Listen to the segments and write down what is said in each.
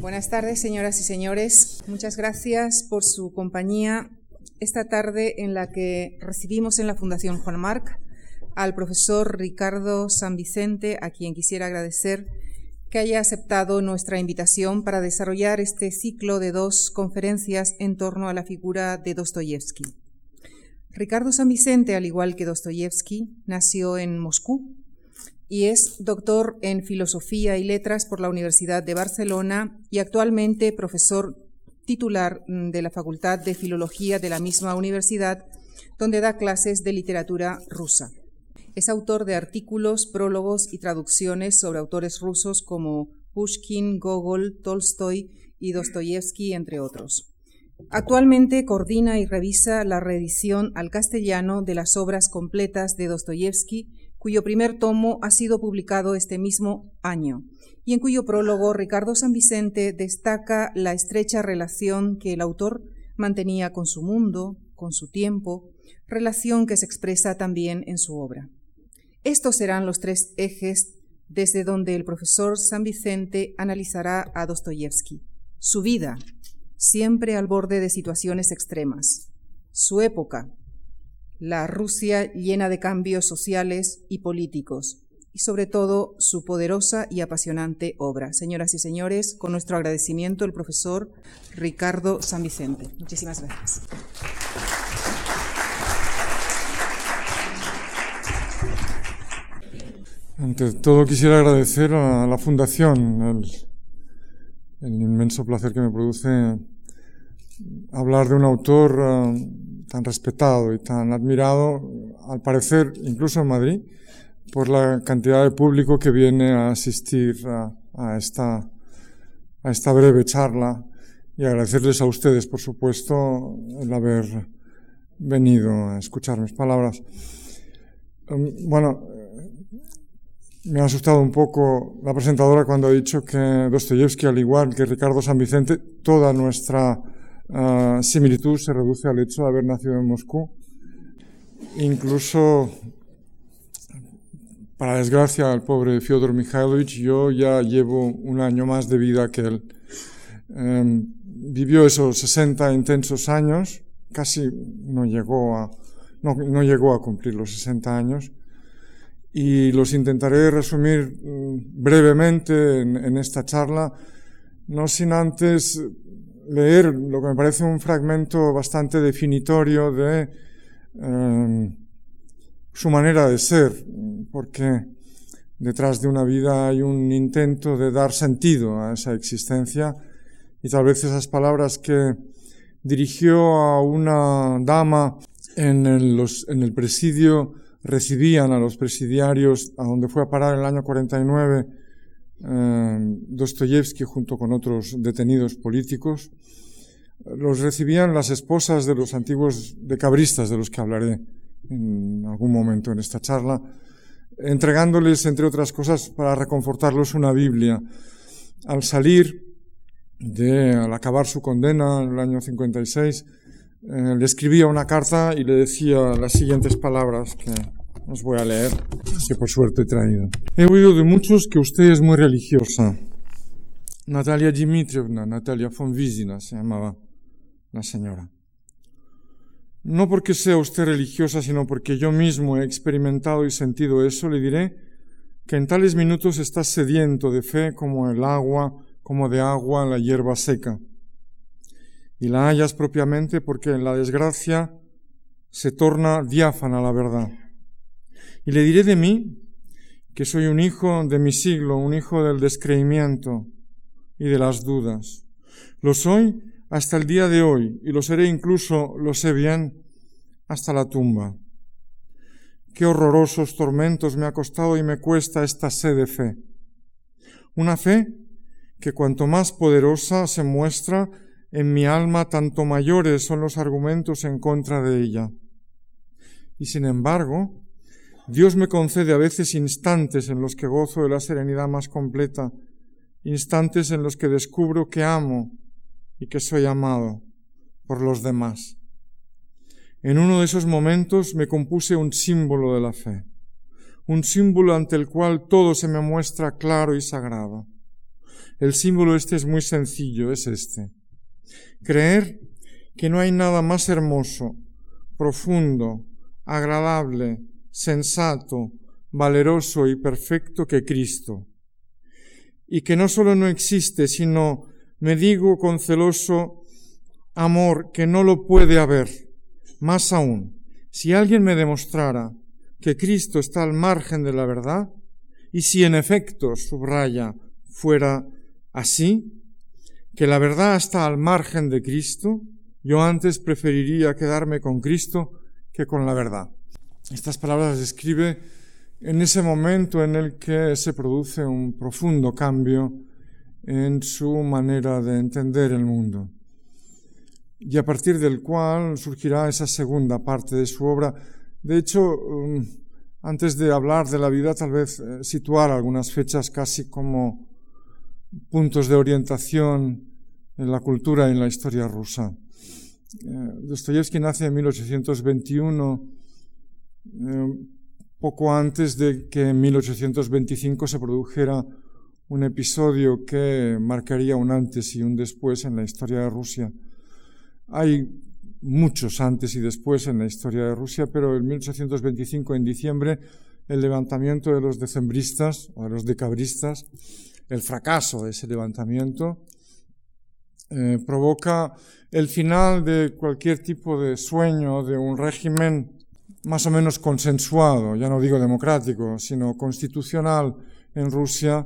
Buenas tardes, señoras y señores. Muchas gracias por su compañía esta tarde en la que recibimos en la Fundación Juan March al profesor Ricardo San Vicente, a quien quisiera agradecer que haya aceptado nuestra invitación para desarrollar este ciclo de 2 conferencias en torno a la figura de Dostoyevski. Ricardo San Vicente, al igual que Dostoyevski, nació en Moscú y es doctor en Filosofía y Letras por la Universidad de Barcelona y actualmente profesor titular de la Facultad de Filología de la misma universidad, donde da clases de literatura rusa. Es autor de artículos, prólogos y traducciones sobre autores rusos como Pushkin, Gogol, Tolstoy y Dostoyevski, entre otros. Actualmente coordina y revisa la reedición al castellano de las obras completas de Dostoyevski, cuyo primer tomo ha sido publicado este mismo año, y en cuyo prólogo Ricardo San Vicente destaca la estrecha relación que el autor mantenía con su mundo, con su tiempo, relación que se expresa también en su obra. Estos serán los 3 ejes desde donde el profesor San Vicente analizará a Dostoyevski: su vida, siempre al borde de situaciones extremas; su época, la Rusia llena de cambios sociales y políticos; y sobre todo su poderosa y apasionante obra. Señoras y señores, con nuestro agradecimiento, el profesor Ricardo San Vicente. Muchísimas gracias. Ante todo quisiera agradecer a la Fundación el inmenso placer que me produce hablar de un autor tan respetado y tan admirado, al parecer incluso en Madrid, por la cantidad de público que viene a asistir a esta breve charla, y agradecerles a ustedes, por supuesto, el haber venido a escuchar mis palabras. Me ha asustado un poco la presentadora cuando ha dicho que Dostoyevski, al igual que Ricardo San Vicente, toda nuestra similitud se reduce al hecho de haber nacido en Moscú. Incluso, para desgracia del pobre Fyodor Mikhailovich, yo ya llevo un año más de vida que él. Vivió esos 60 intensos años, casi no llegó a cumplir los 60 años, y los intentaré resumir brevemente en esta charla, no sin antes leer lo que me parece un fragmento bastante definitorio de su manera de ser, porque detrás de una vida hay un intento de dar sentido a esa existencia, y tal vez esas palabras que dirigió a una dama en el presidio recibían a los presidiarios, a donde fue a parar en el año 49 Dostoyevski junto con otros detenidos políticos. Los recibían las esposas de los antiguos decabristas, de los que hablaré en algún momento en esta charla, entregándoles, entre otras cosas, para reconfortarlos, una Biblia. Al acabar su condena en el año 56, le escribía una carta y le decía las siguientes palabras que os voy a leer, que por suerte he traído. He oído de muchos que usted es muy religiosa. Natalia Dmitrievna, Natalia von Vizina se llamaba la señora. No porque sea usted religiosa, sino porque yo mismo he experimentado y sentido eso, le diré que en tales minutos estás sediento de fe como de agua la hierba seca. Y la hallas propiamente porque en la desgracia se torna diáfana la verdad. Y le diré de mí que soy un hijo de mi siglo, un hijo del descreimiento y de las dudas. Lo soy hasta el día de hoy, y lo seré incluso, lo sé bien, hasta la tumba. Qué horrorosos tormentos me ha costado y me cuesta esta sed de fe. Una fe que cuanto más poderosa se muestra en mi alma, tanto mayores son los argumentos en contra de ella. Y sin embargo, Dios me concede a veces instantes en los que gozo de la serenidad más completa, instantes en los que descubro que amo y que soy amado por los demás. En uno de esos momentos me compuse un símbolo de la fe, un símbolo ante el cual todo se me muestra claro y sagrado. El símbolo es muy sencillo, es este. Creer que no hay nada más hermoso, profundo, agradable, sensato, valeroso y perfecto que Cristo. Y que no solo no existe, sino, me digo con celoso amor, que no lo puede haber. Más aún, si alguien me demostrara que Cristo está al margen de la verdad, y si en efecto, subraya, fuera así, que la verdad está al margen de Cristo, yo antes preferiría quedarme con Cristo que con la verdad. Estas palabras las describe en ese momento en el que se produce un profundo cambio en su manera de entender el mundo, y a partir del cual surgirá esa segunda parte de su obra. De hecho, antes de hablar de la vida, tal vez situar algunas fechas casi como puntos de orientación en la cultura y en la historia rusa. Dostoyevski nace en 1821, poco antes de que en 1825 se produjera un episodio que marcaría un antes y un después en la historia de Rusia. Hay muchos antes y después en la historia de Rusia, pero en 1825, en diciembre, el levantamiento de los decembristas o de los decabristas, el fracaso de ese levantamiento, provoca el final de cualquier tipo de sueño de un régimen más o menos consensuado, ya no digo democrático, sino constitucional en Rusia,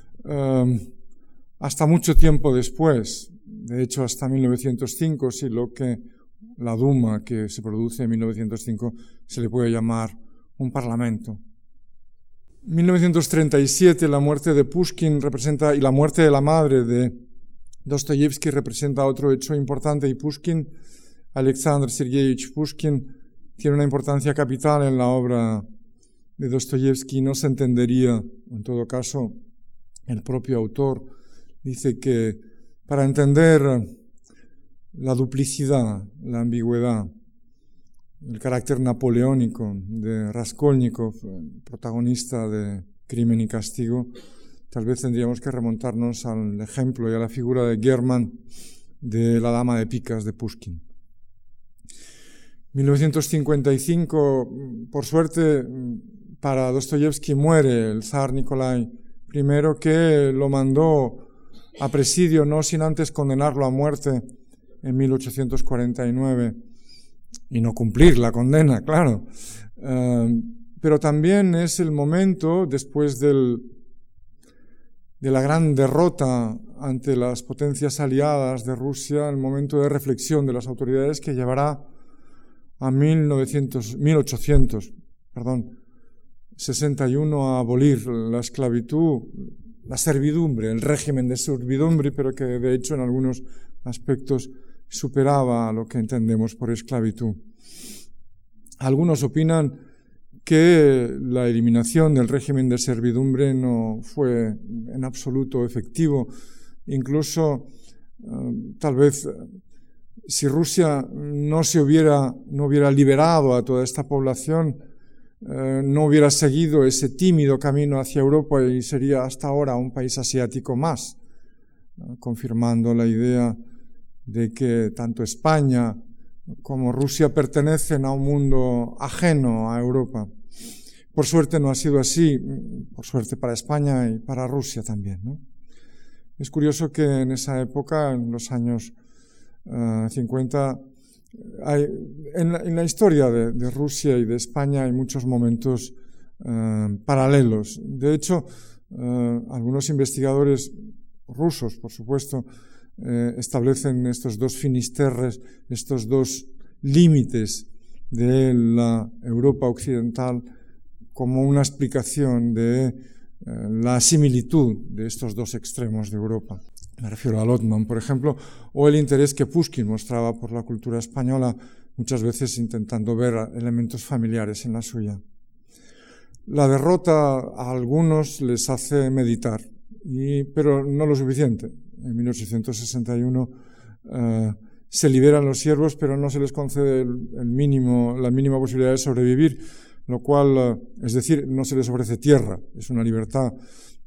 hasta mucho tiempo después. De hecho, hasta 1905, si lo que la Duma que se produce en 1905 se le puede llamar un parlamento. 1937, la muerte de Pushkin representa, y la muerte de la madre de Dostoyevski representa otro hecho importante, y Pushkin, Alexander Sergeyevich Pushkin, tiene una importancia capital en la obra de Dostoyevski. No se entendería, en todo caso, el propio autor dice que para entender la duplicidad, la ambigüedad, el carácter napoleónico de Raskolnikov, protagonista de Crimen y Castigo, tal vez tendríamos que remontarnos al ejemplo y a la figura de German de La Dama de Picas de Pushkin. 1955, por suerte para Dostoyevski, muere el zar Nikolai I, que lo mandó a presidio, no sin antes condenarlo a muerte en 1849 y no cumplir la condena, claro. Pero también es el momento, después de la gran derrota ante las potencias aliadas de Rusia, el momento de reflexión de las autoridades que llevará a 1861 a abolir la esclavitud, la servidumbre, el régimen de servidumbre, pero que de hecho en algunos aspectos superaba lo que entendemos por esclavitud. Algunos opinan que la eliminación del régimen de servidumbre no fue en absoluto efectivo. Incluso, tal vez, si Rusia no hubiera liberado a toda esta población, no hubiera seguido ese tímido camino hacia Europa y sería hasta ahora un país asiático más, confirmando la idea de que tanto España como Rusia pertenecen a un mundo ajeno a Europa. Por suerte no ha sido así, por suerte para España y para Rusia también, ¿no? Es curioso que en esa época, en los años 50, en la historia de Rusia y de España hay muchos momentos paralelos. De hecho, algunos investigadores rusos, por supuesto, establecen estos dos finisterres, estos dos límites de la Europa occidental como una explicación de la similitud de estos dos extremos de Europa. Me refiero a Lotman, por ejemplo, o el interés que Pushkin mostraba por la cultura española, muchas veces intentando ver elementos familiares en la suya. La derrota a algunos les hace meditar, pero no lo suficiente. En 1861 se liberan los siervos, pero no se les concede la mínima posibilidad de sobrevivir, lo cual, es decir, no se les ofrece tierra. Es una libertad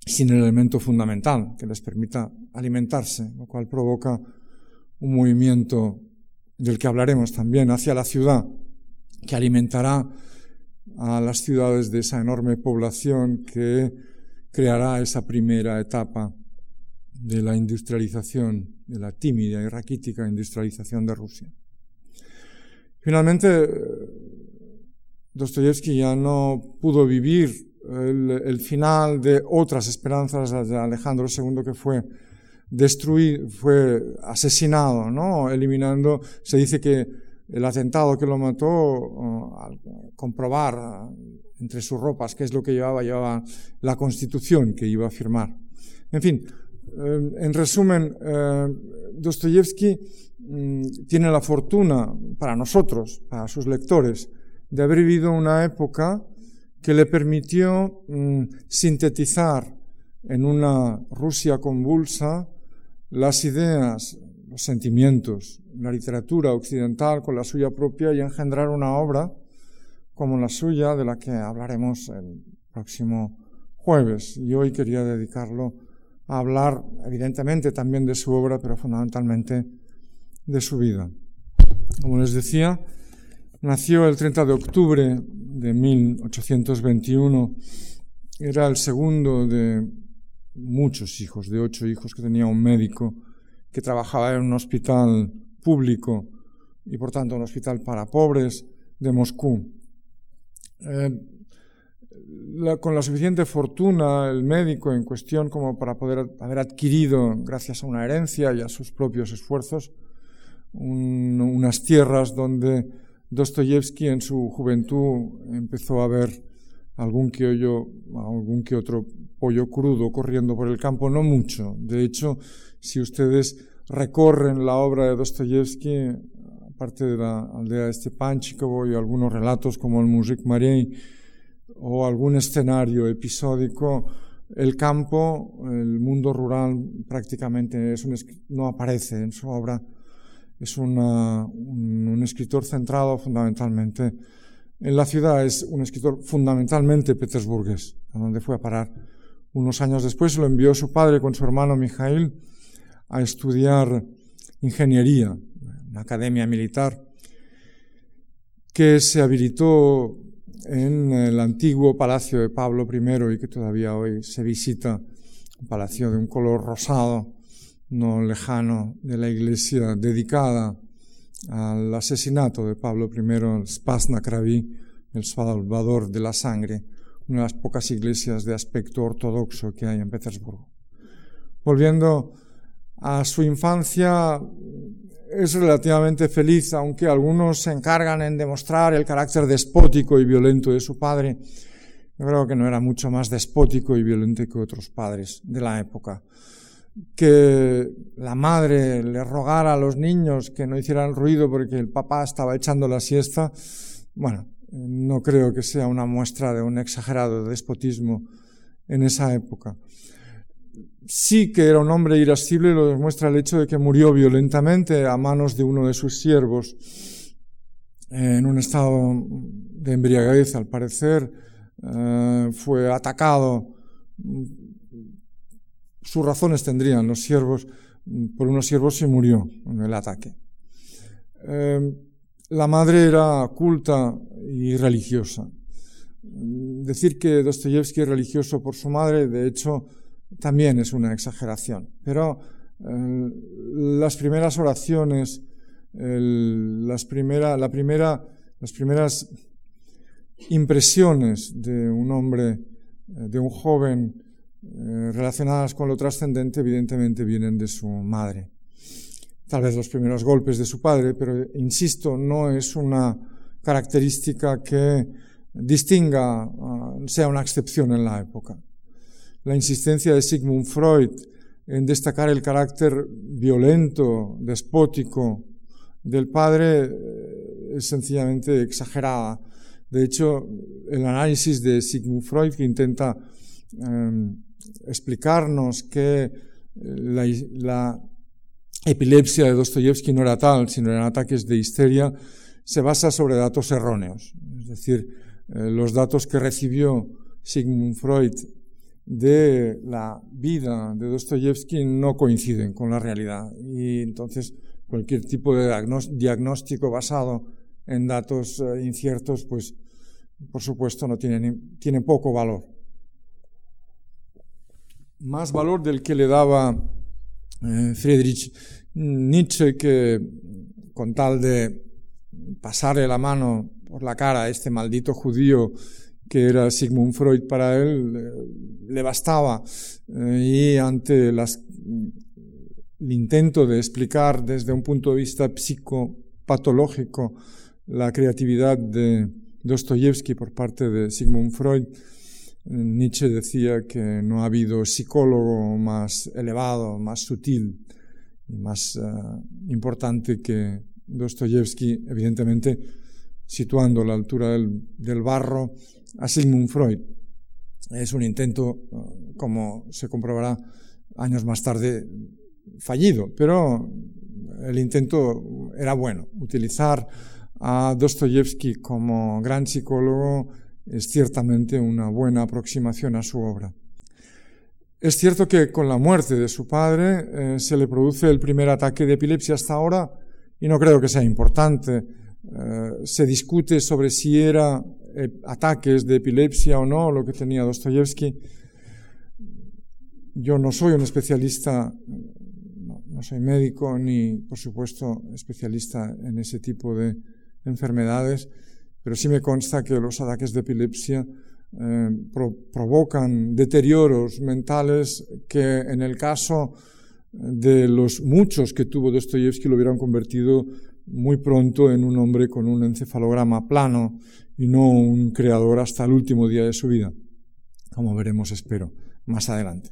sin el elemento fundamental que les permita alimentarse, lo cual provoca un movimiento del que hablaremos también hacia la ciudad, que alimentará a las ciudades de esa enorme población que creará esa primera etapa de la industrialización, de la tímida y raquítica industrialización de Rusia. Finalmente, Dostoyevsky ya no pudo vivir el final de otras esperanzas de Alejandro II, que fue destruido, fue asesinado, ¿no? Eliminando, se dice que el atentado que lo mató, al comprobar entre sus ropas qué es lo que llevaba la Constitución que iba a firmar. En fin, en resumen, Dostoyevsky tiene la fortuna para nosotros, para sus lectores, de haber vivido una época que le permitió sintetizar en una Rusia convulsa las ideas, los sentimientos, la literatura occidental con la suya propia y engendrar una obra como la suya, de la que hablaremos el próximo jueves. Y hoy quería dedicarlo a hablar, evidentemente, también de su obra, pero fundamentalmente de su vida. Como les decía, nació el 30 de octubre de 1821. Era el segundo de muchos hijos, de 8 hijos que tenía un médico que trabajaba en un hospital público y, por tanto, un hospital para pobres de Moscú. Con la suficiente fortuna, el médico en cuestión, como para poder haber adquirido, gracias a una herencia y a sus propios esfuerzos, unas tierras donde Dostoyevsky en su juventud empezó a ver algún que otro pollo crudo corriendo por el campo, no mucho. De hecho, si ustedes recorren la obra de Dostoyevsky, aparte de la aldea de Stepanchikovo y algunos relatos como el Mujik Marey o algún escenario episódico, el campo, el mundo rural prácticamente no aparece en su obra. Es un escritor centrado fundamentalmente en la ciudad, es un escritor fundamentalmente petersburgués, a donde fue a parar. Unos años después lo envió su padre con su hermano Mikhail a estudiar ingeniería en una academia militar que se habilitó en el antiguo palacio de Pablo I y que todavía hoy se visita, un palacio de un color rosado, no lejano de la iglesia dedicada al asesinato de Pablo I, el Spas na Kravi, el Salvador de la Sangre, una de las pocas iglesias de aspecto ortodoxo que hay en Petersburgo. Volviendo a su infancia, es relativamente feliz, aunque algunos se encargan en demostrar el carácter despótico y violento de su padre. Yo creo que no era mucho más despótico y violento que otros padres de la época. Que la madre le rogara a los niños que no hicieran ruido porque el papá estaba echando la siesta, bueno, no creo que sea una muestra de un exagerado despotismo en esa época. Sí que era un hombre irascible, lo demuestra el hecho de que murió violentamente a manos de uno de sus siervos en un estado de embriaguez, al parecer. Fue atacado. Sus razones tendrían los siervos, por unos siervos se murió en el ataque. La madre era culta y religiosa. Decir que Dostoyevsky es religioso por su madre, de hecho, también es una exageración. Pero las primeras oraciones, las primeras impresiones de un hombre, de un joven, relacionadas con lo trascendente, evidentemente vienen de su madre. Tal vez los primeros golpes de su padre, pero insisto, no es una característica que distinga, sea una excepción en la época. La insistencia de Sigmund Freud en destacar el carácter violento, despótico del padre es sencillamente exagerada. De hecho, el análisis de Sigmund Freud, que intenta explicarnos que la epilepsia de Dostoyevsky no era tal, sino eran ataques de histeria, se basa sobre datos erróneos. Es decir, los datos que recibió Sigmund Freud de la vida de Dostoyevsky no coinciden con la realidad, y entonces cualquier tipo de diagnóstico basado en datos inciertos, pues por supuesto no tiene poco valor. Más valor del que le daba Friedrich Nietzsche, que con tal de pasarle la mano por la cara a este maldito judío que era Sigmund Freud para él, le bastaba, y ante el intento de explicar desde un punto de vista psicopatológico la creatividad de Dostoyevsky por parte de Sigmund Freud, Nietzsche decía que no ha habido psicólogo más elevado, más sutil y más importante que Dostoyevsky, evidentemente situando a la altura del barro a Sigmund Freud. Es un intento, como se comprobará años más tarde, fallido, pero el intento era bueno. Utilizar a Dostoyevsky como gran psicólogo es ciertamente una buena aproximación a su obra. Es cierto que con la muerte de su padre se le produce el primer ataque de epilepsia hasta ahora, y no creo que sea importante. Se discute sobre si era ataques de epilepsia o no lo que tenía Dostoyevsky. Yo no soy un especialista, no soy médico ni, por supuesto, especialista en ese tipo de enfermedades, pero sí me consta que los ataques de epilepsia provocan deterioros mentales que en el caso de los muchos que tuvo Dostoyevsky lo hubieran convertido muy pronto en un hombre con un encefalograma plano y no un creador hasta el último día de su vida, como veremos, espero, más adelante.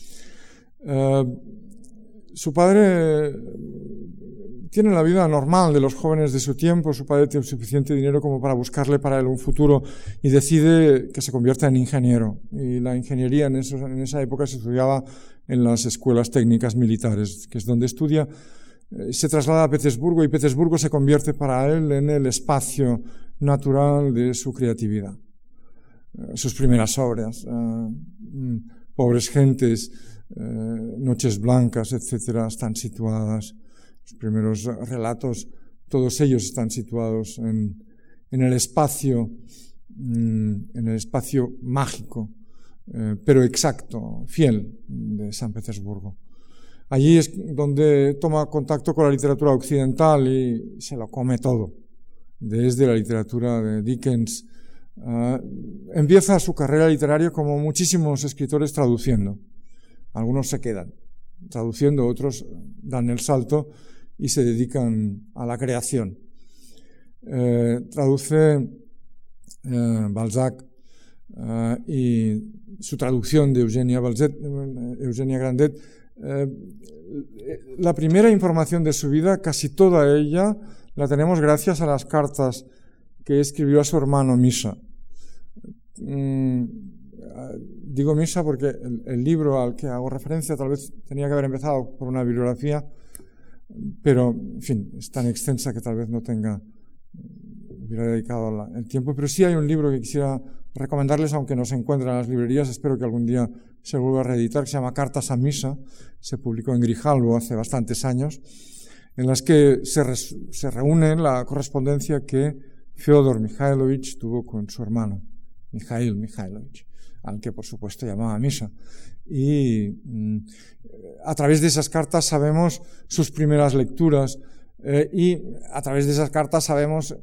Su padre tiene la vida normal de los jóvenes de su tiempo. Su padre tiene suficiente dinero como para buscarle para él un futuro y decide que se convierta en ingeniero. Y la ingeniería en esa época se estudiaba en las escuelas técnicas militares, que es donde estudia. Se traslada a Petersburgo y Petersburgo se convierte para él en el espacio natural de su creatividad. Sus primeras obras, Pobres gentes, Noches blancas, etcétera, están situadas. Los primeros relatos, todos ellos están situados en el espacio mágico, pero exacto, fiel de San Petersburgo. Allí es donde toma contacto con la literatura occidental y se lo come todo, desde la literatura de Dickens. Empieza su carrera literaria como muchísimos escritores traduciendo. Algunos se quedan traduciendo, otros dan el salto y se dedican a la creación. Traduce Balzac y su traducción de Eugenia Grandet. La primera información de su vida, casi toda ella, la tenemos gracias a las cartas que escribió a su hermano Misha. Digo Misha porque el libro al que hago referencia tal vez tenía que haber empezado por una bibliografía, pero, en fin, es tan extensa que tal vez no hubiera dedicado el tiempo. Pero sí hay un libro que quisiera recomendarles, aunque no se encuentra en las librerías, espero que algún día se vuelva a reeditar, que se llama Cartas a Misha. Se publicó en Grijalbo hace bastantes años, en las que se reúne la correspondencia que Fyodor Mikhailovich tuvo con su hermano, Mikhail Mikhailovich, al que por supuesto llamaba Misha. Y a través de esas cartas sabemos sus primeras lecturas, y a través de esas cartas sabemos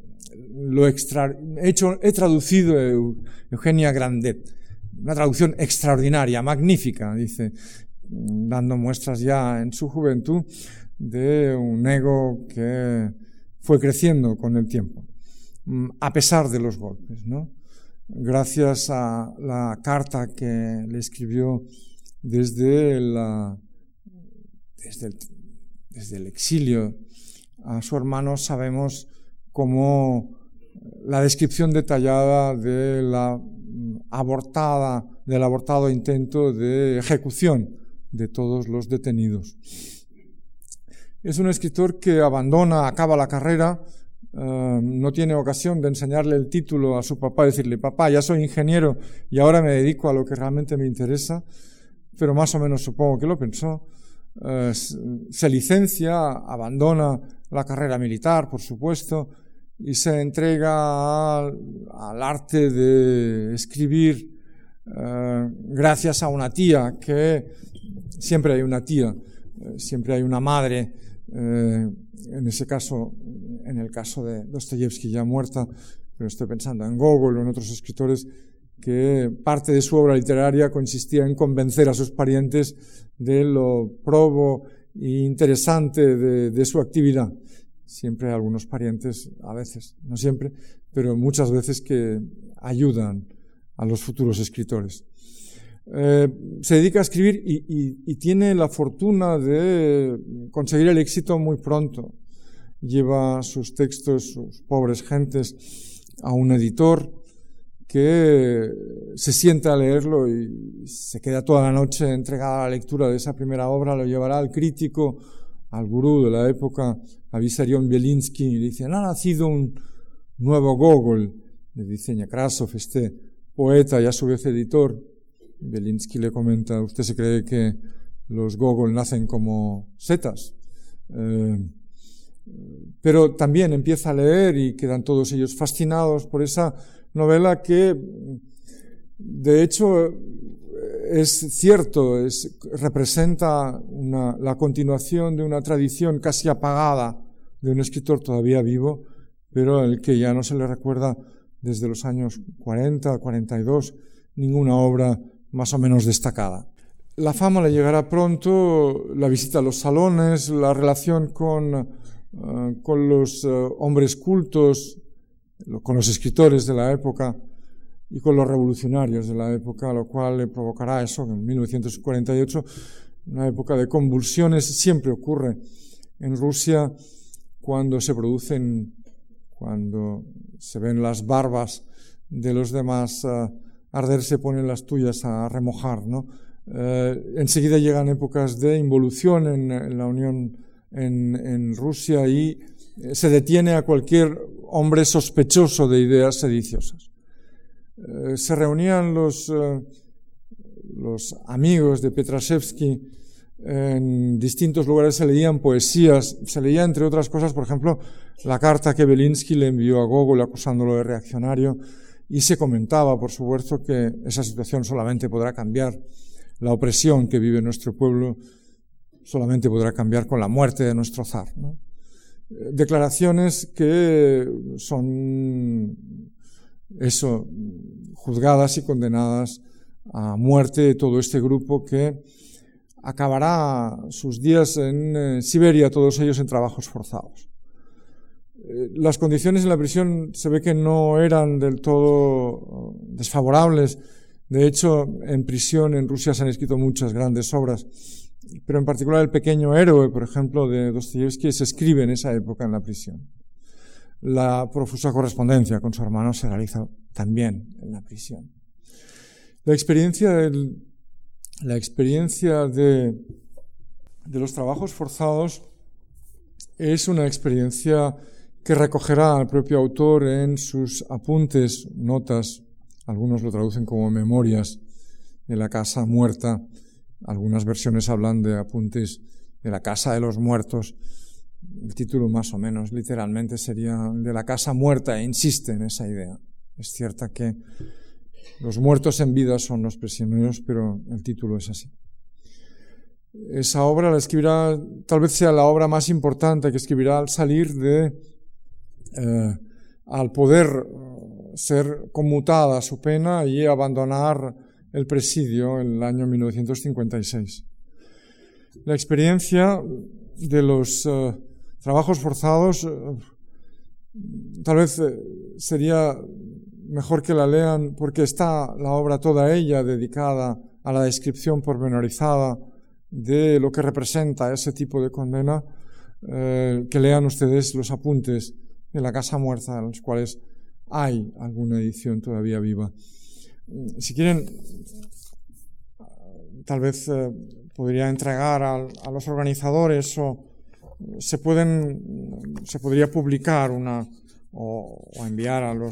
he traducido Eugenia Grandet, una traducción extraordinaria, magnífica, dice, dando muestras ya en su juventud de un ego que fue creciendo con el tiempo, a pesar de los golpes, ¿no? Gracias a la carta que le escribió desde el exilio a su hermano, sabemos cómo la descripción detallada del abortado intento de ejecución de todos los detenidos. Es un escritor que acaba la carrera no tiene ocasión de enseñarle el título a su papá, decirle: papá, ya soy ingeniero y ahora me dedico a lo que realmente me interesa, pero más o menos supongo que lo pensó. Se licencia, abandona la carrera militar, por supuesto, y se entrega al arte de escribir gracias a una tía, que siempre hay una tía, siempre hay una madre, en ese caso, en el caso de Dostoyevski ya muerta, pero estoy pensando en Gogol o en otros escritores, que parte de su obra literaria consistía en convencer a sus parientes de lo probo e interesante de su actividad. Siempre hay algunos parientes, a veces, no siempre, pero muchas veces, que ayudan a los futuros escritores. Se dedica a escribir y tiene la fortuna de conseguir el éxito muy pronto. Lleva sus textos, sus pobres gentes, a un editor que se sienta a leerlo y se queda toda la noche entregada a la lectura de esa primera obra. Lo llevará al crítico, al gurú de la época, a Vissarion Bielinski, y le dice: ha nacido un nuevo Gogol. Le dice Nekrasov, este poeta y a su vez editor. Bielinski le comenta: ¿usted se cree que los Gogol nacen como setas? Pero también empieza a leer y quedan todos ellos fascinados por esa novela que, de hecho, es cierto, representa la continuación de una tradición casi apagada de un escritor todavía vivo, pero al que ya no se le recuerda desde los años 40, 42, ninguna obra más o menos destacada. La fama le llegará pronto, la visita a los salones, la relación con los hombres cultos, con los escritores de la época y con los revolucionarios de la época, lo cual le provocará eso, en 1948, una época de convulsiones. Siempre ocurre en Rusia cuando se ven las barbas de los demás arder, se ponen las tuyas a remojar, ¿no? Enseguida llegan épocas de involución en la Unión, en Rusia, y se detiene a cualquier hombre sospechoso de ideas sediciosas. Se reunían los amigos de Petrashevsky en distintos lugares, se leían poesías, se leía, entre otras cosas, por ejemplo, la carta que Belinsky le envió a Gogol acusándolo de reaccionario, y se comentaba, por supuesto, que esa situación solamente podrá cambiar, la opresión que vive nuestro pueblo solamente podrá cambiar con la muerte de nuestro zar, ¿no? Declaraciones que son juzgadas y condenadas a muerte de todo este grupo, que acabará sus días en Siberia, todos ellos en trabajos forzados. Las condiciones en la prisión se ve que no eran del todo desfavorables. De hecho, en prisión en Rusia se han escrito muchas grandes obras, pero en particular El pequeño héroe, por ejemplo, de Dostoyevski, se escribe en esa época en la prisión. La profusa correspondencia con su hermano se realiza también en la prisión. La experiencia de los trabajos forzados es una experiencia que recogerá al propio autor en sus apuntes, notas, algunos lo traducen como memorias de la casa muerta, algunas versiones hablan de apuntes de la casa de los muertos. El título más o menos literalmente sería de la casa muerta, e insiste en esa idea. Es cierto que los muertos en vida son los prisioneros, pero el título es así. Esa obra la escribirá, tal vez sea la obra más importante que escribirá al salir al poder ser conmutada su pena y abandonar el presidio en el año 1956. La experiencia de los trabajos forzados tal vez sería mejor que la lean, porque está la obra toda ella dedicada a la descripción pormenorizada de lo que representa ese tipo de condena. Que lean ustedes los apuntes de la casa muerta, en los cuales hay alguna edición todavía viva. Si quieren, tal vez podría entregar a los organizadores, o se pueden se podría publicar o enviar a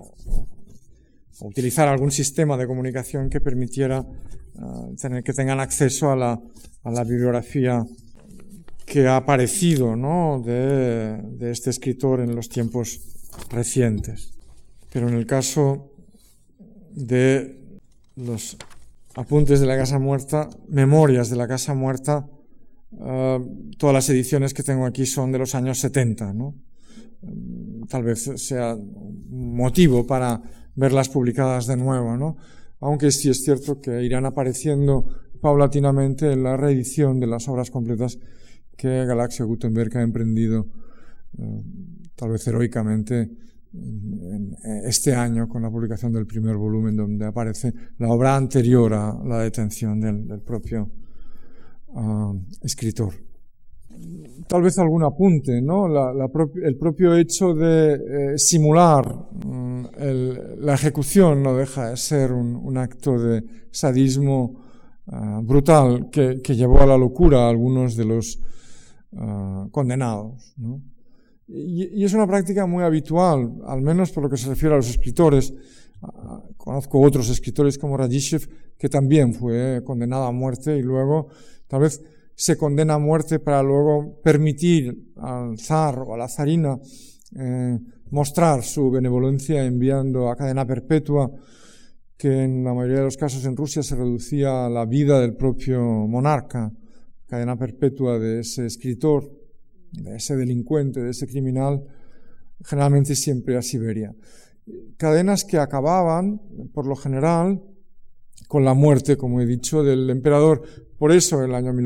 o utilizar algún sistema de comunicación que permitiera que tengan acceso a la bibliografía que ha aparecido, ¿no?, de este escritor en los tiempos recientes. Pero en el caso de los apuntes de la Casa Muerta, memorias de la Casa Muerta, todas las ediciones que tengo aquí son de los años 70, ¿no? Tal vez sea un motivo para verlas publicadas de nuevo, ¿no? Aunque sí es cierto que irán apareciendo paulatinamente en la reedición de las obras completas que Galaxia Gutenberg ha emprendido, tal vez heroicamente, este año con la publicación del primer volumen, donde aparece la obra anterior a la detención del propio escritor. Tal vez algún apunte, ¿no? El propio hecho de simular la ejecución no deja de ser un acto de sadismo brutal que llevó a la locura a algunos de los condenados, ¿no? Y es una práctica muy habitual, al menos por lo que se refiere a los escritores. Conozco otros escritores como Radzychev, que también fue condenado a muerte y luego tal vez se condena a muerte para luego permitir al zar o a la zarina mostrar su benevolencia enviando a cadena perpetua, que en la mayoría de los casos en Rusia se reducía a la vida del propio monarca, cadena perpetua de ese escritor, de ese delincuente, de ese criminal, generalmente siempre a Siberia. Cadenas que acababan, por lo general, con la muerte, como he dicho, del emperador. Por eso, en el año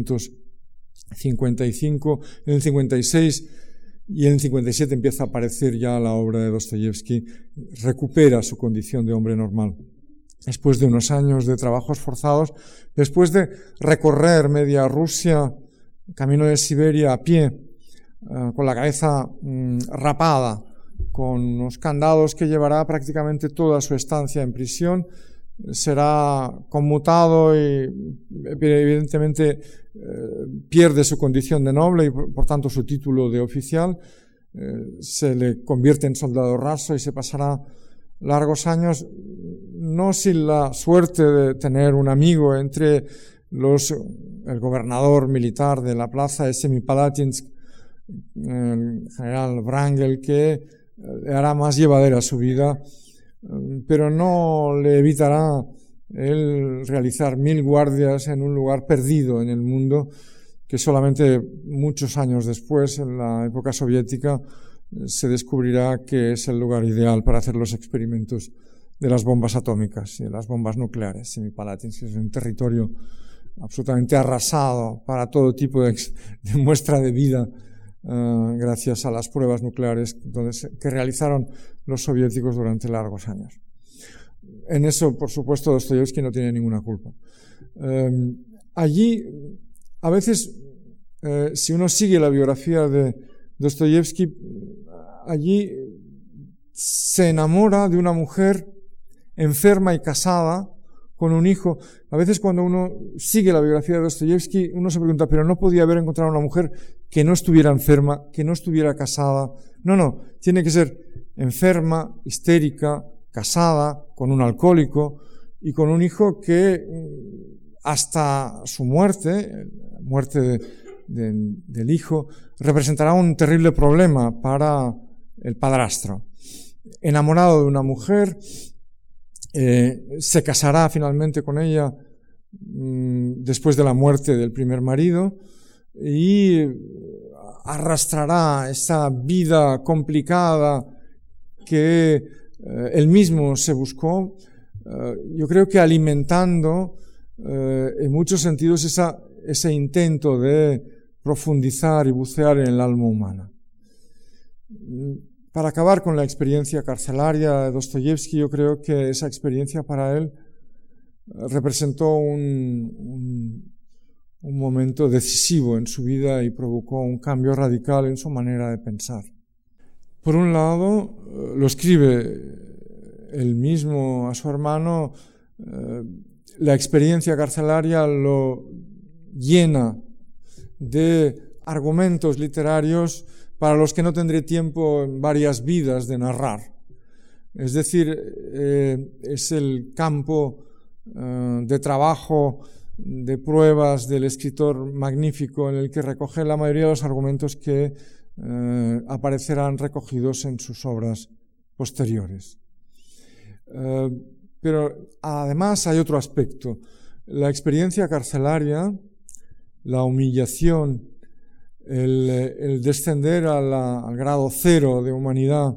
1855, en el 56 y en el 57 empieza a aparecer ya la obra de Dostoyevsky, recupera su condición de hombre normal. Después de unos años de trabajos forzados, después de recorrer media Rusia, camino de Siberia a pie, con la cabeza rapada, con unos candados que llevará prácticamente toda su estancia en prisión, será conmutado y evidentemente pierde su condición de noble y por tanto su título de oficial, se le convierte en soldado raso y se pasará largos años no sin la suerte de tener un amigo entre el gobernador militar de la plaza de Semipalatinsk, el general Wrangel, que hará más llevadera su vida, pero no le evitará el realizar 1000 guardias en un lugar perdido en el mundo, que solamente muchos años después, en la época soviética, se descubrirá que es el lugar ideal para hacer los experimentos de las bombas atómicas y de las bombas nucleares. Semipalatinsk es un territorio absolutamente arrasado para todo tipo de muestra de vida, gracias a las pruebas nucleares que realizaron los soviéticos durante largos años. En eso, por supuesto, Dostoyevsky no tiene ninguna culpa. Allí, a veces, si uno sigue la biografía de Dostoyevsky, allí se enamora de una mujer enferma y casada con un hijo. A veces cuando uno sigue la biografía de Dostoyevsky, uno se pregunta, pero no podía haber encontrado una mujer que no estuviera enferma, que no estuviera casada. No, tiene que ser enferma, histérica, casada, con un alcohólico y con un hijo que hasta su muerte del hijo, representará un terrible problema para el padrastro. Enamorado de una mujer, se casará finalmente con ella después de la muerte del primer marido y arrastrará esa vida complicada que él mismo se buscó, yo creo que alimentando en muchos sentidos ese intento de profundizar y bucear en el alma humana. Para acabar con la experiencia carcelaria de Dostoyevsky, yo creo que esa experiencia para él representó un momento decisivo en su vida y provocó un cambio radical en su manera de pensar. Por un lado, lo escribe él mismo a su hermano, la experiencia carcelaria lo llena de argumentos literarios para los que no tendré tiempo en varias vidas de narrar. Es decir, es el campo de trabajo, de pruebas del escritor magnífico en el que recoge la mayoría de los argumentos que aparecerán recogidos en sus obras posteriores. Pero además hay otro aspecto. La experiencia carcelaria, la humillación, el descender al grado cero de humanidad,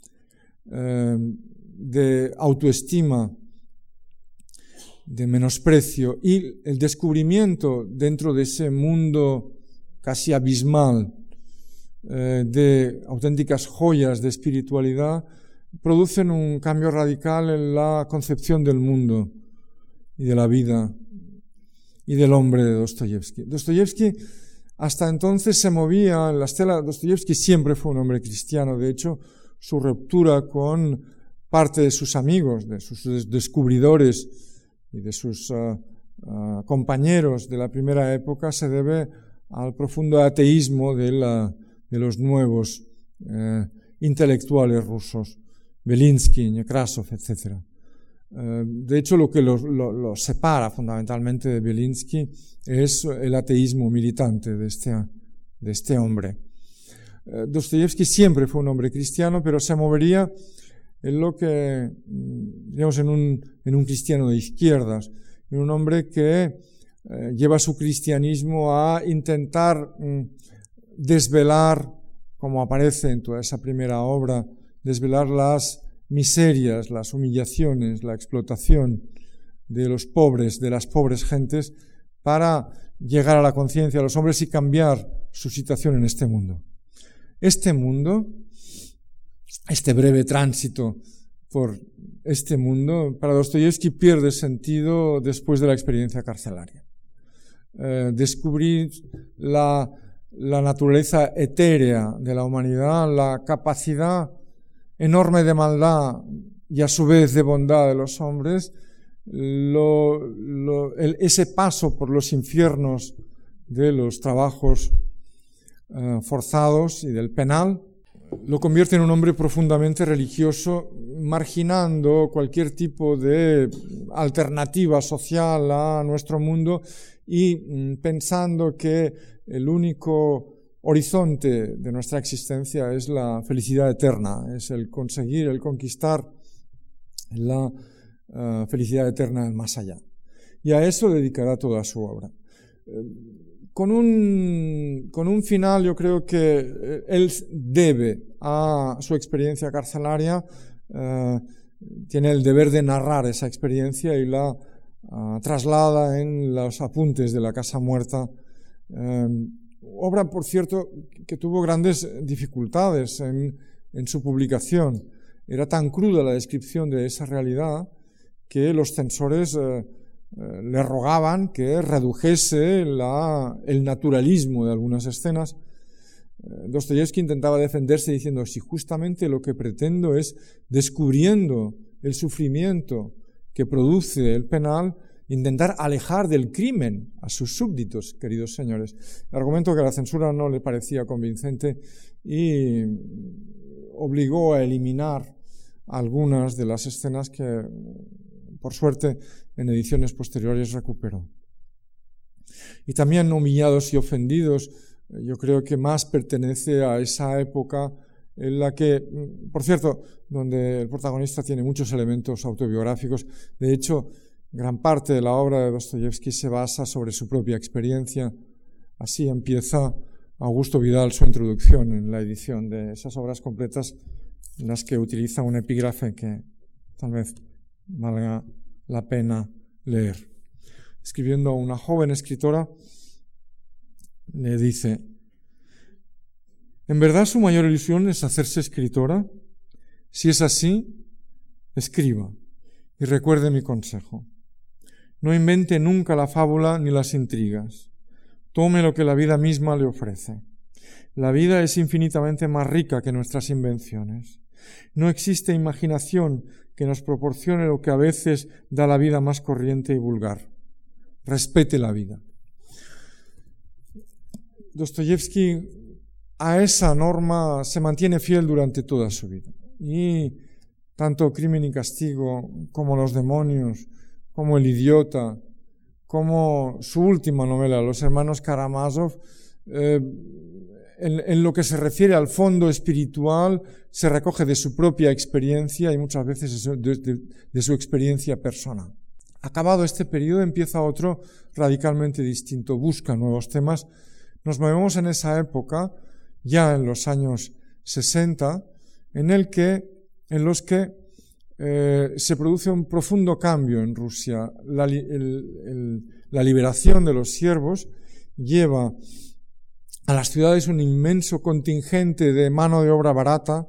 de autoestima, de menosprecio, y el descubrimiento dentro de ese mundo casi abismal de auténticas joyas de espiritualidad, producen un cambio radical en la concepción del mundo y de la vida y del hombre de Dostoyevsky. Dostoyevsky hasta entonces se movía en la estela. Dostoyevsky siempre fue un hombre cristiano. De hecho, su ruptura con parte de sus amigos, de sus descubridores y de sus compañeros de la primera época se debe al profundo ateísmo de los nuevos intelectuales rusos, Belinsky, Nekrasov, etc. De hecho, lo que lo separa fundamentalmente de Belinsky es el ateísmo militante de este hombre. Dostoyevsky siempre fue un hombre cristiano, pero se movería en lo que, digamos, en un cristiano de izquierdas, en un hombre que lleva su cristianismo a intentar desvelar, como aparece en toda esa primera obra, desvelar las miserias, las humillaciones, la explotación de los pobres, de las pobres gentes, para llegar a la conciencia de los hombres y cambiar su situación en este mundo. Este mundo, este breve tránsito por este mundo, para Dostoyevsky pierde sentido después de la experiencia carcelaria. Descubrir la naturaleza etérea de la humanidad, la capacidad enorme de maldad y a su vez de bondad de los hombres, ese paso por los infiernos de los trabajos forzados y del penal, lo convierte en un hombre profundamente religioso, marginando cualquier tipo de alternativa social a nuestro mundo y pensando que el único horizonte de nuestra existencia es la felicidad eterna, es el conseguir, el conquistar la felicidad eterna del más allá. Y a eso dedicará toda su obra. Con un final, yo creo que él debe a su experiencia carcelaria, tiene el deber de narrar esa experiencia y la traslada en los apuntes de la Casa Muerta, obra, por cierto, que tuvo grandes dificultades en su publicación. Era tan cruda la descripción de esa realidad que los censores le rogaban que redujese el naturalismo de algunas escenas. Dostoyevsky intentaba defenderse diciendo: si justamente lo que pretendo es, descubriendo el sufrimiento que produce el penal, intentar alejar del crimen a sus súbditos, queridos señores. El argumento que a la censura no le parecía convincente y obligó a eliminar algunas de las escenas que, por suerte, en ediciones posteriores recuperó. Y también Humillados y ofendidos, yo creo que más pertenece a esa época en la que, por cierto, donde el protagonista tiene muchos elementos autobiográficos. De hecho, gran parte de la obra de Dostoyevsky se basa sobre su propia experiencia. Así empieza Augusto Vidal su introducción en la edición de esas obras completas, en las que utiliza un epígrafe que tal vez valga la pena leer. Escribiendo a una joven escritora, le dice: ¿en verdad su mayor ilusión es hacerse escritora? Si es así, escriba y recuerde mi consejo. No invente nunca la fábula ni las intrigas. Tome lo que la vida misma le ofrece. La vida es infinitamente más rica que nuestras invenciones. No existe imaginación que nos proporcione lo que a veces da la vida más corriente y vulgar. Respete la vida. Dostoyevsky a esa norma se mantiene fiel durante toda su vida. Y tanto Crimen y Castigo, como Los demonios, como El idiota, como su última novela, Los hermanos Karamazov, en lo que se refiere al fondo espiritual, se recoge de su propia experiencia y muchas veces de su experiencia personal. Acabado este periodo, empieza otro radicalmente distinto, busca nuevos temas. Nos movemos en esa época, ya en los años 60, en los que se produce un profundo cambio en Rusia. La liberación de los siervos lleva a las ciudades un inmenso contingente de mano de obra barata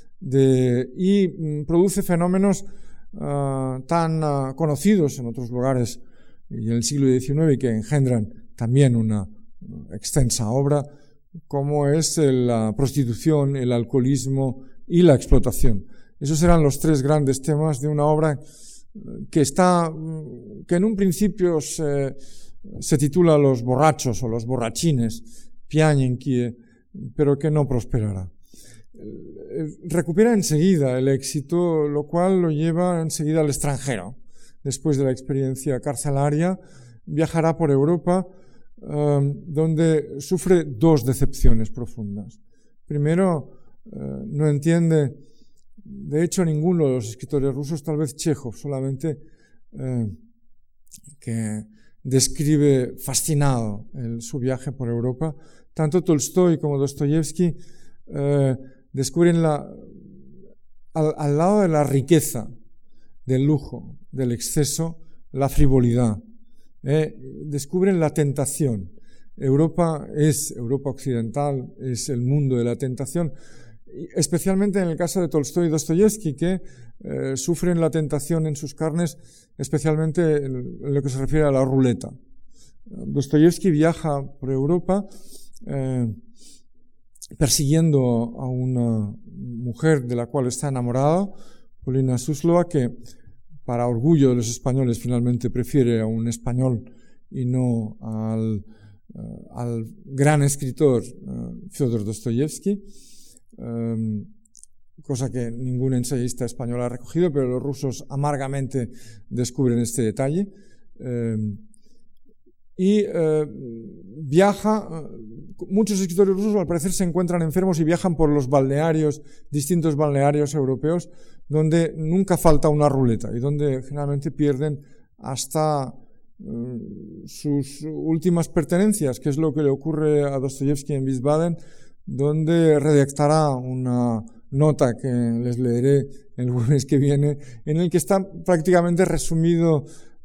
y produce fenómenos tan conocidos en otros lugares y en el siglo XIX y que engendran también una extensa obra, como es la prostitución, el alcoholismo y la explotación. Esos eran los tres grandes temas de una obra que en un principio se titula Los borrachos o los borrachines, Piañenkie, pero que no prosperará. Recupera enseguida el éxito, lo cual lo lleva enseguida al extranjero. Después de la experiencia carcelaria, viajará por Europa, donde sufre dos decepciones profundas. Primero, no entiende, de hecho, ninguno de los escritores rusos, tal vez Chekhov solamente, que describe fascinado su viaje por Europa. Tanto Tolstoy como Dostoyevsky descubren al lado de la riqueza, del lujo, del exceso, la frivolidad. Descubren la tentación. Europa occidental, es el mundo de la tentación, especialmente en el caso de Tolstoy y Dostoyevsky, que sufren la tentación en sus carnes, especialmente en lo que se refiere a la ruleta. Dostoyevsky viaja por Europa persiguiendo a una mujer de la cual está enamorado, Polina Suslova, que para orgullo de los españoles finalmente prefiere a un español y no al gran escritor Fyodor Dostoyevsky, cosa que ningún ensayista español ha recogido, pero los rusos amargamente descubren este detalle. Viaja, muchos escritores rusos al parecer se encuentran enfermos y viajan por los balnearios, distintos balnearios europeos, donde nunca falta una ruleta y donde generalmente pierden hasta sus últimas pertenencias, que es lo que le ocurre a Dostoyevsky en Wiesbaden, donde redactará una nota que les leeré el lunes que viene, en el que está prácticamente resumido.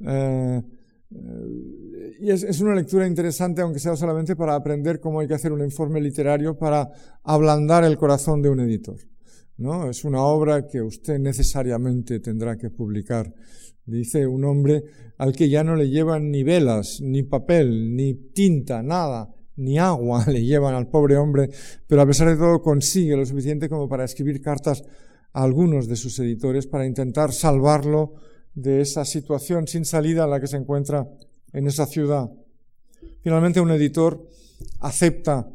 Y es una lectura interesante, aunque sea solamente para aprender cómo hay que hacer un informe literario para ablandar el corazón de un editor, ¿no? Es una obra que usted necesariamente tendrá que publicar. Dice un hombre al que ya no le llevan ni velas, ni papel, ni tinta, nada, ni agua le llevan al pobre hombre, pero a pesar de todo consigue lo suficiente como para escribir cartas a algunos de sus editores para intentar salvarlo de esa situación sin salida en la que se encuentra en esa ciudad. Finalmente un editor acepta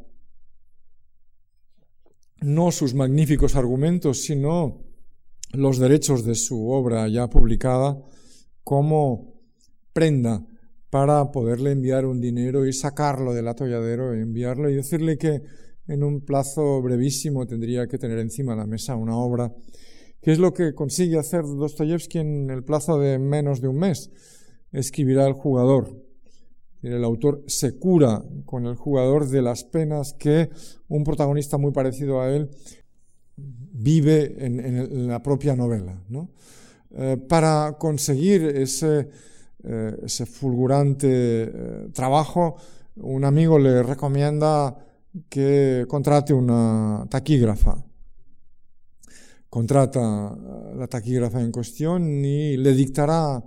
no sus magníficos argumentos, sino los derechos de su obra ya publicada como prenda para poderle enviar un dinero y sacarlo del atolladero y enviarlo y decirle que en un plazo brevísimo tendría que tener encima de la mesa una obra, que es lo que consigue hacer Dostoyevsky en el plazo de menos de un mes. Escribirá El jugador. El autor se cura con el jugador de las penas que un protagonista muy parecido a él vive en la propia novela, ¿no? Para conseguir ese fulgurante trabajo, un amigo le recomienda que contrate una taquígrafa. Contrata la taquígrafa en cuestión y le dictará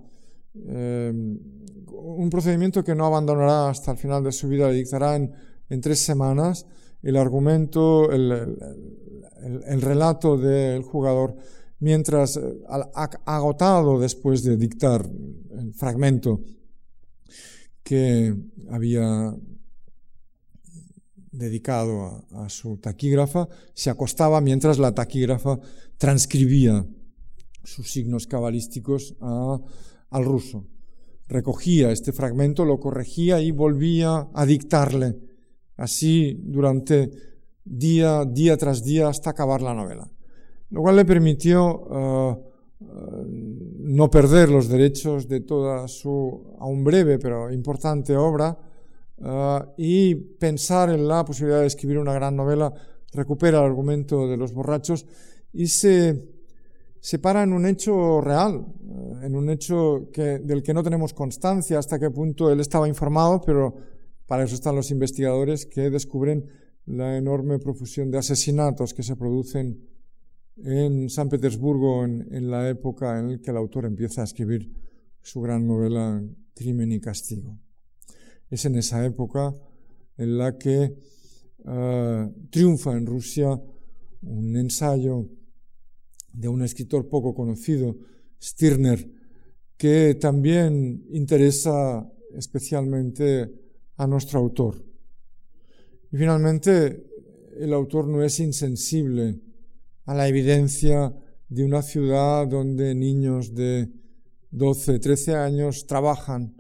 un procedimiento que no abandonará hasta el final de su vida. Le dictará en 3 semanas el argumento, el relato del jugador, mientras, agotado después de dictar el fragmento que había dedicado a su taquígrafa, se acostaba mientras la taquígrafa transcribía sus signos cabalísticos al ruso. Recogía este fragmento, lo corregía y volvía a dictarle, así durante día tras día hasta acabar la novela, lo cual le permitió no perder los derechos de toda su aún breve pero importante obra, y pensar en la posibilidad de escribir una gran novela. Recupera el argumento de los borrachos y se para en un hecho real, en un hecho del que no tenemos constancia hasta qué punto él estaba informado, pero para eso están los investigadores que descubren la enorme profusión de asesinatos que se producen en San Petersburgo en la época en la que el autor empieza a escribir su gran novela Crimen y Castigo. Es en esa época en la que triunfa en Rusia un ensayo de un escritor poco conocido, Stirner, que también interesa especialmente a nuestro autor. Y finalmente, el autor no es insensible a la evidencia de una ciudad donde niños de 12, 13 años trabajan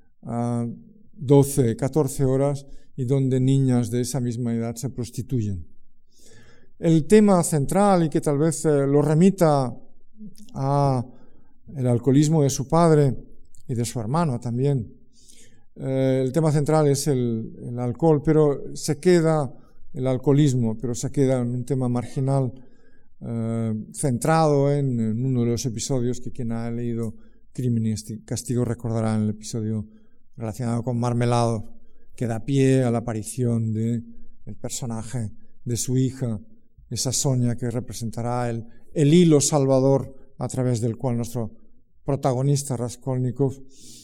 12, 14 horas y donde niñas de esa misma edad se prostituyen. El tema central, y que tal vez lo remita a el alcoholismo de su padre y de su hermano también, el tema central es el alcohol, pero se queda el alcoholismo, pero se queda en un tema marginal, centrado en uno de los episodios que quien ha leído Crimen y Castigo recordará, en el episodio relacionado con Marmelado, que da pie a la aparición del personaje de su hija, esa Sonia que representará el hilo salvador a través del cual nuestro protagonista Raskolnikov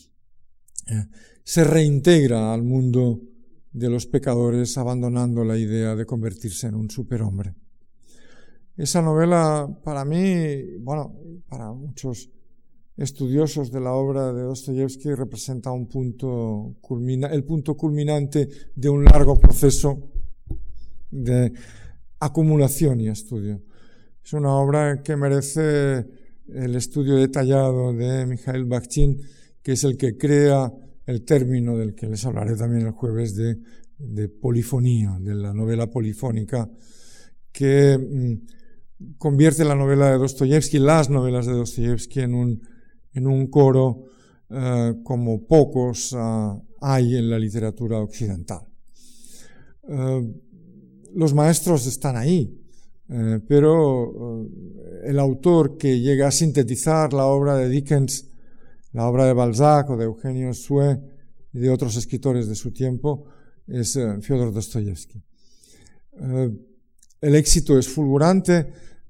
se reintegra al mundo de los pecadores, abandonando la idea de convertirse en un superhombre. Esa novela, para mí, para muchos estudiosos de la obra de Dostoyevsky, representa el punto culminante de un largo proceso de acumulación y estudio. Es una obra que merece el estudio detallado de Mikhail Bakhtin, que es el que crea el término del que les hablaré también el jueves de polifonía, de la novela polifónica, que convierte la novela de Dostoyevsky, las novelas de Dostoyevsky, en un coro como pocos hay en la literatura occidental. Los maestros están ahí, pero el autor que llega a sintetizar la obra de Dickens, la obra de Balzac o de Eugenio Sue y de otros escritores de su tiempo, es Fyodor Dostoyevsky. El éxito es fulgurante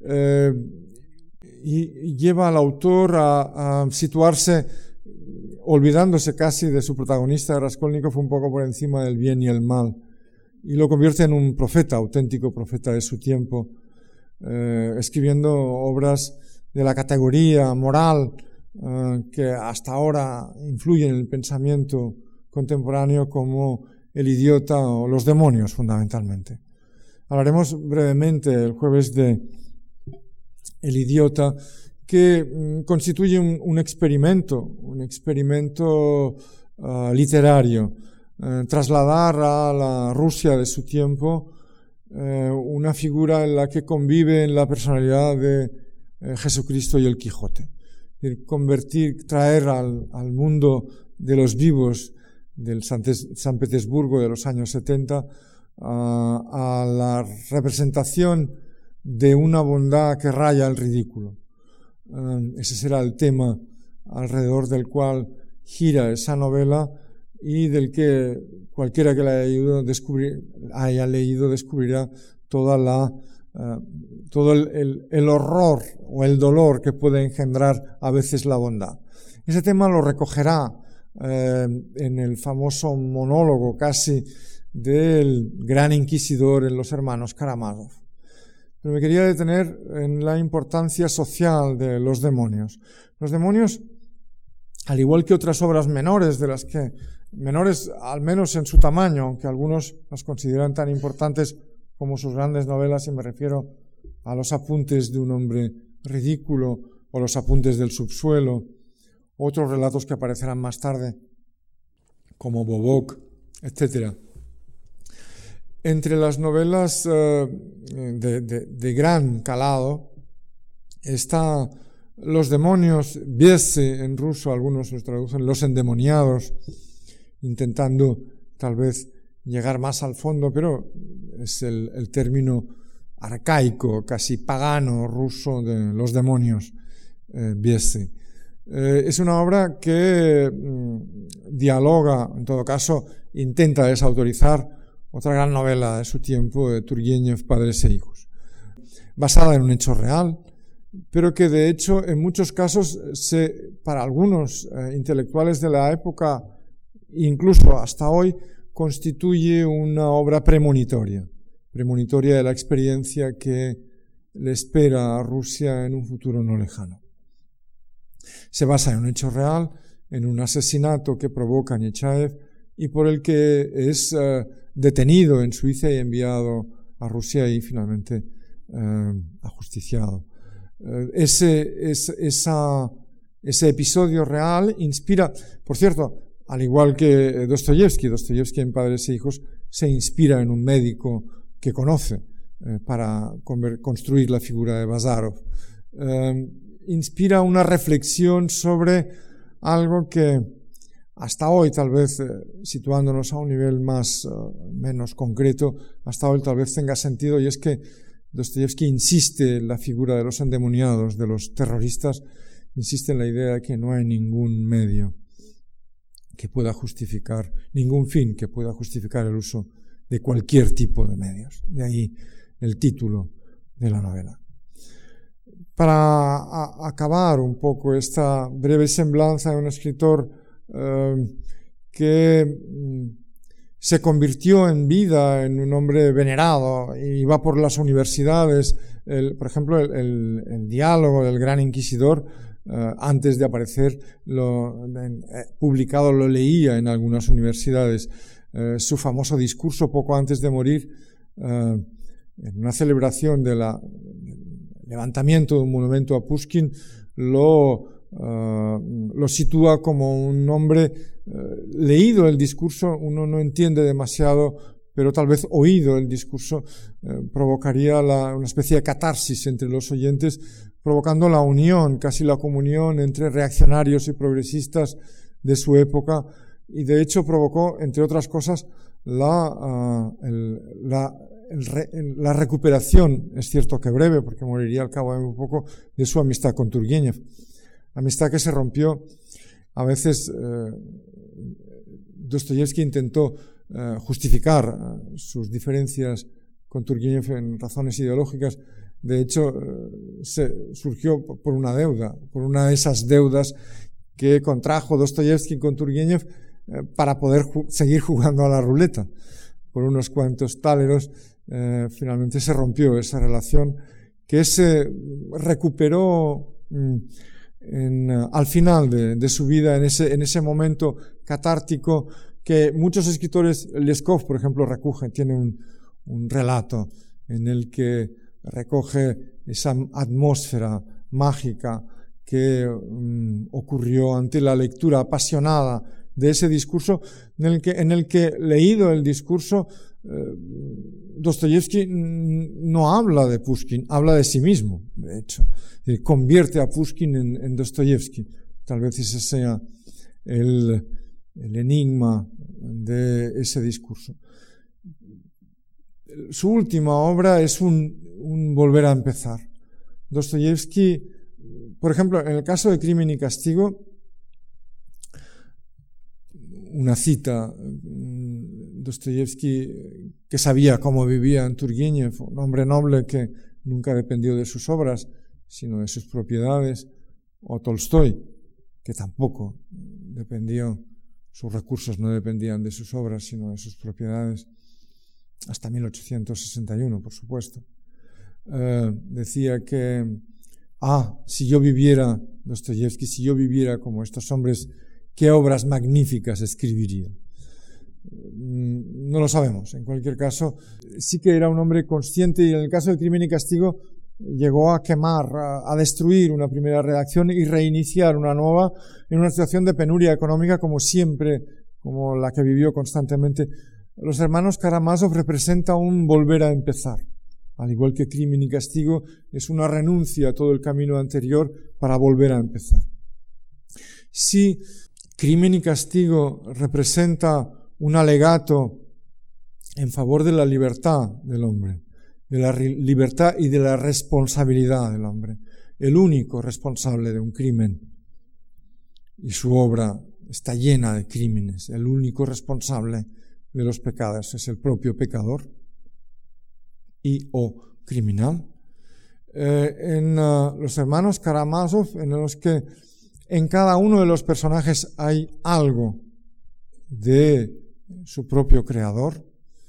y lleva al autor a situarse, olvidándose casi de su protagonista Raskolnikov, un poco por encima del bien y el mal, y lo convierte en un profeta, auténtico profeta de su tiempo, escribiendo obras de la categoría moral que hasta ahora influyen en el pensamiento contemporáneo, como El idiota o Los demonios, fundamentalmente. Hablaremos brevemente el jueves de El idiota, que constituye un experimento literario, trasladar a la Rusia de su tiempo una figura en la que conviven la personalidad de Jesucristo y el Quijote. Es decir, traer al mundo de los vivos del San Petersburgo de los años 70 a la representación de una bondad que raya el ridículo. Ese será el tema alrededor del cual gira esa novela, y del que cualquiera que la haya leído descubrirá todo el horror o el dolor que puede engendrar a veces la bondad. Ese tema lo recogerá en el famoso monólogo casi del gran inquisidor en Los hermanos Karamazov. Pero me quería detener en la importancia social de Los demonios. Los demonios, al igual que otras obras menores de las que menores al menos en su tamaño, aunque algunos las consideran tan importantes como sus grandes novelas, y me refiero a Los apuntes de un hombre ridículo o Los apuntes del subsuelo, otros relatos que aparecerán más tarde, como Bobok, etc. Entre las novelas de gran calado está Los demonios, Biesy en ruso, algunos los traducen Los endemoniados, intentando tal vez llegar más al fondo, pero es el término arcaico, casi pagano ruso de los demonios, Biesy. Es una obra que dialoga, en todo caso, intenta desautorizar otra gran novela de su tiempo, de Turgenev, Padres e hijos, basada en un hecho real, pero que de hecho en muchos casos para algunos intelectuales de la época, incluso hasta hoy, constituye una obra premonitoria de la experiencia que le espera a Rusia en un futuro no lejano. Se basa en un hecho real, en un asesinato que provoca Nechayev y por el que es detenido en Suiza y enviado a Rusia y finalmente ajusticiado. Ese episodio real inspira, por cierto, al igual que Dostoyevsky en Padres e hijos se inspira en un médico que conoce para construir la figura de Bazarov. Inspira una reflexión sobre algo que hasta hoy, tal vez situándonos a un nivel menos concreto, hasta hoy tal vez tenga sentido, y es que Dostoyevsky insiste en la figura de los endemoniados, de los terroristas, insiste en la idea de que no hay ningún medio que pueda justificar, ningún fin que pueda justificar el uso de cualquier tipo de medios. De ahí el título de la novela. Para acabar un poco esta breve semblanza de un escritor que se convirtió en vida en un hombre venerado y va por las universidades, por ejemplo, el diálogo del Gran Inquisidor, antes de aparecer publicado, lo leía en algunas universidades. Su famoso discurso poco antes de morir, en una celebración del levantamiento de un monumento a Pushkin, lo sitúa como un hombre leído el discurso, uno no entiende demasiado, pero tal vez oído el discurso provocaría una especie de catarsis entre los oyentes, provocando la unión, casi la comunión entre reaccionarios y progresistas de su época, y de hecho provocó, entre otras cosas, la recuperación, es cierto que breve, porque moriría al cabo de muy poco, de su amistad con Turgenev. Amistad que se rompió. A veces Dostoyevsky intentó justificar sus diferencias con Turgenev en razones ideológicas. De hecho, surgió por una deuda, por una de esas deudas que contrajo Dostoyevsky con Turgenev para poder seguir jugando a la ruleta. Por unos cuantos táleros, finalmente se rompió esa relación, que se recuperó al final de su vida, en ese momento catártico que muchos escritores, Leskov, por ejemplo, tiene un relato en el que recoge esa atmósfera mágica que ocurrió ante la lectura apasionada de ese discurso, en el que leído el discurso, Dostoyevsky no habla de Pushkin, habla de sí mismo, de hecho. Convierte a Pushkin en Dostoyevsky. Tal vez ese sea el enigma de ese discurso. Su última obra es un volver a empezar. Dostoyevsky, por ejemplo, en el caso de Crimen y Castigo, una cita, Dostoyevsky, que sabía cómo vivía en Turgenev, un hombre noble que nunca dependió de sus obras, sino de sus propiedades, o Tolstoy, que tampoco sus recursos no dependían de sus obras, sino de sus propiedades, hasta 1861, por supuesto. Decía que, si yo viviera, Dostoyevsky, si yo viviera como estos hombres qué obras magníficas escribiría. No lo sabemos. En cualquier caso, sí que era un hombre consciente, y en el caso del Crimen y Castigo llegó a quemar, a destruir una primera redacción y reiniciar una nueva en una situación de penuria económica como siempre, como la que vivió constantemente. Los hermanos Karamazov representa un volver a empezar. Al igual que Crimen y Castigo, es una renuncia a todo el camino anterior para volver a empezar. Si Crimen y Castigo representa un alegato en favor de la libertad del hombre, de la libertad y de la responsabilidad del hombre, el único responsable de un crimen, y su obra está llena de crímenes, el único responsable de los pecados es el propio pecador y o criminal. En los hermanos Karamazov, en los que en cada uno de los personajes hay algo de su propio creador,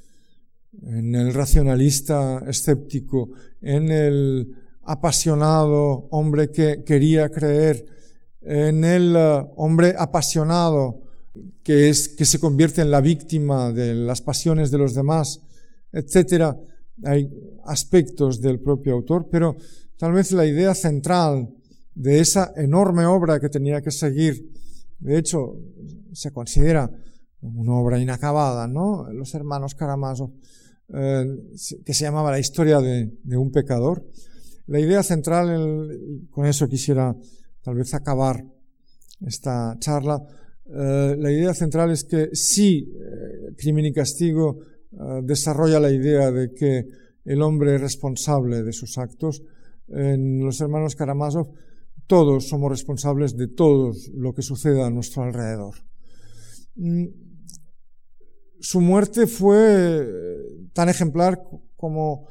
en el racionalista escéptico, en el apasionado hombre que quería creer, en el hombre apasionado que se convierte en la víctima de las pasiones de los demás, etcétera. Hay aspectos del propio autor, pero tal vez la idea central de esa enorme obra que tenía que seguir, de hecho, se considera una obra inacabada, ¿no? Los hermanos Karamazov, que se llamaba La historia de un pecador. La idea central, con eso quisiera tal vez acabar esta charla, la idea central es que sí, Crimen y Castigo desarrolla la idea de que el hombre es responsable de sus actos. En los hermanos Karamazov todos somos responsables de todo lo que suceda a nuestro alrededor. Su muerte fue tan ejemplar como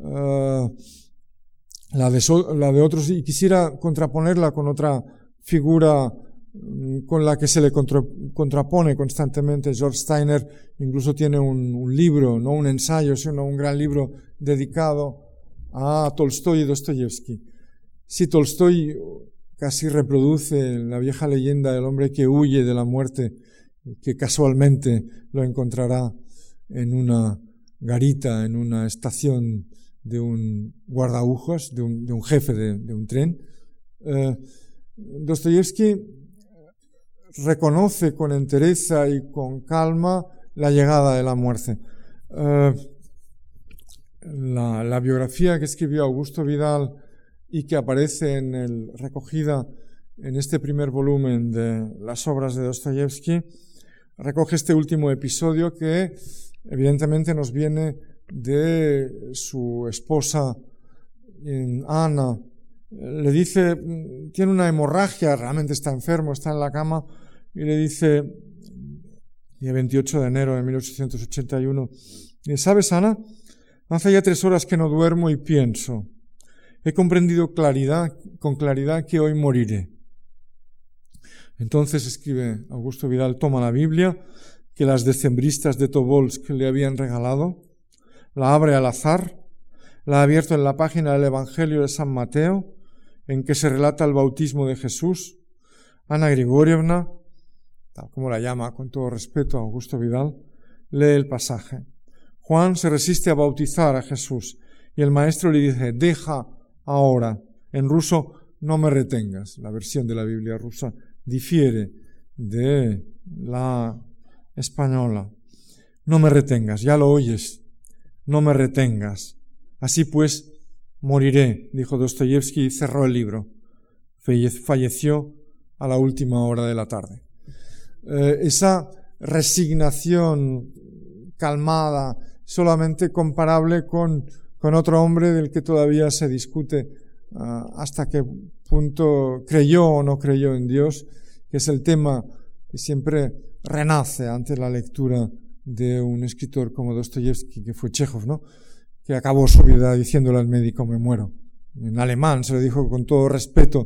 la de otros, y quisiera contraponerla con otra figura con la que se le contrapone constantemente. George Steiner incluso tiene un libro, no un ensayo, sino un gran libro dedicado a Tolstoy y Dostoyevsky. Si Tolstoy casi reproduce la vieja leyenda del hombre que huye de la muerte, que casualmente lo encontrará en una garita, en una estación de un guardaujos, de un jefe de un tren. Dostoyevsky reconoce con entereza y con calma la llegada de la muerte. La biografía que escribió Augusto Vidal y que aparece recogida en este primer volumen de las obras de Dostoyevsky, recoge este último episodio que evidentemente nos viene de su esposa Ana. Le dice, tiene una hemorragia, realmente está enfermo, está en la cama, y le dice, el 28 de enero de 1881, ¿sabes, Ana? Hace ya 3 horas que no duermo y pienso. He comprendido con claridad que hoy moriré. Entonces, escribe Augusto Vidal, toma la Biblia que las decembristas de Tobolsk le habían regalado, la abre al azar, la ha abierto en la página del Evangelio de San Mateo, en que se relata el bautismo de Jesús. Ana Grigorievna, tal como la llama con todo respeto Augusto Vidal, lee el pasaje. Juan se resiste a bautizar a Jesús y el maestro le dice, deja ahora. En ruso, no me retengas. La versión de la Biblia rusa difiere de la española. No me retengas, ya lo oyes. No me retengas. Así pues, moriré, dijo Dostoyevsky y cerró el libro. Falleció a la última hora de la tarde. Esa resignación calmada, solamente comparable con otro hombre del que todavía se discute hasta qué punto creyó o no creyó en Dios, que es el tema que siempre renace ante la lectura de un escritor como Dostoyevsky, que fue Chekhov, ¿no? Que acabó su vida diciéndole al médico, me muero. En alemán se lo dijo con todo respeto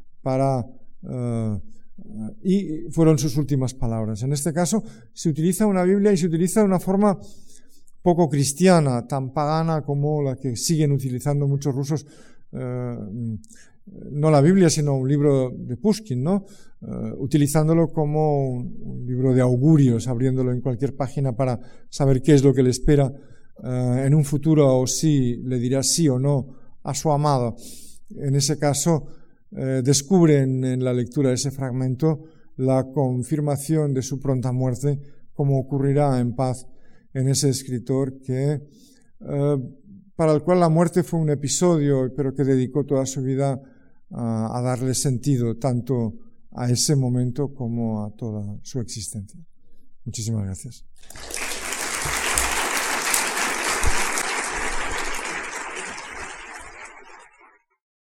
y fueron sus últimas palabras. En este caso se utiliza una Biblia y se utiliza de una forma poco cristiana, tan pagana como la que siguen utilizando muchos rusos, no la Biblia, sino un libro de Pushkin, ¿no? Utilizándolo como un libro de augurios, abriéndolo en cualquier página para saber qué es lo que le espera en un futuro, o si le dirá sí o no a su amado. En ese caso, descubren en la lectura de ese fragmento la confirmación de su pronta muerte, como ocurrirá en paz en ese escritor que, para el cual la muerte fue un episodio, pero que dedicó toda su vida a darle sentido tanto a ese momento como a toda su existencia. Muchísimas gracias.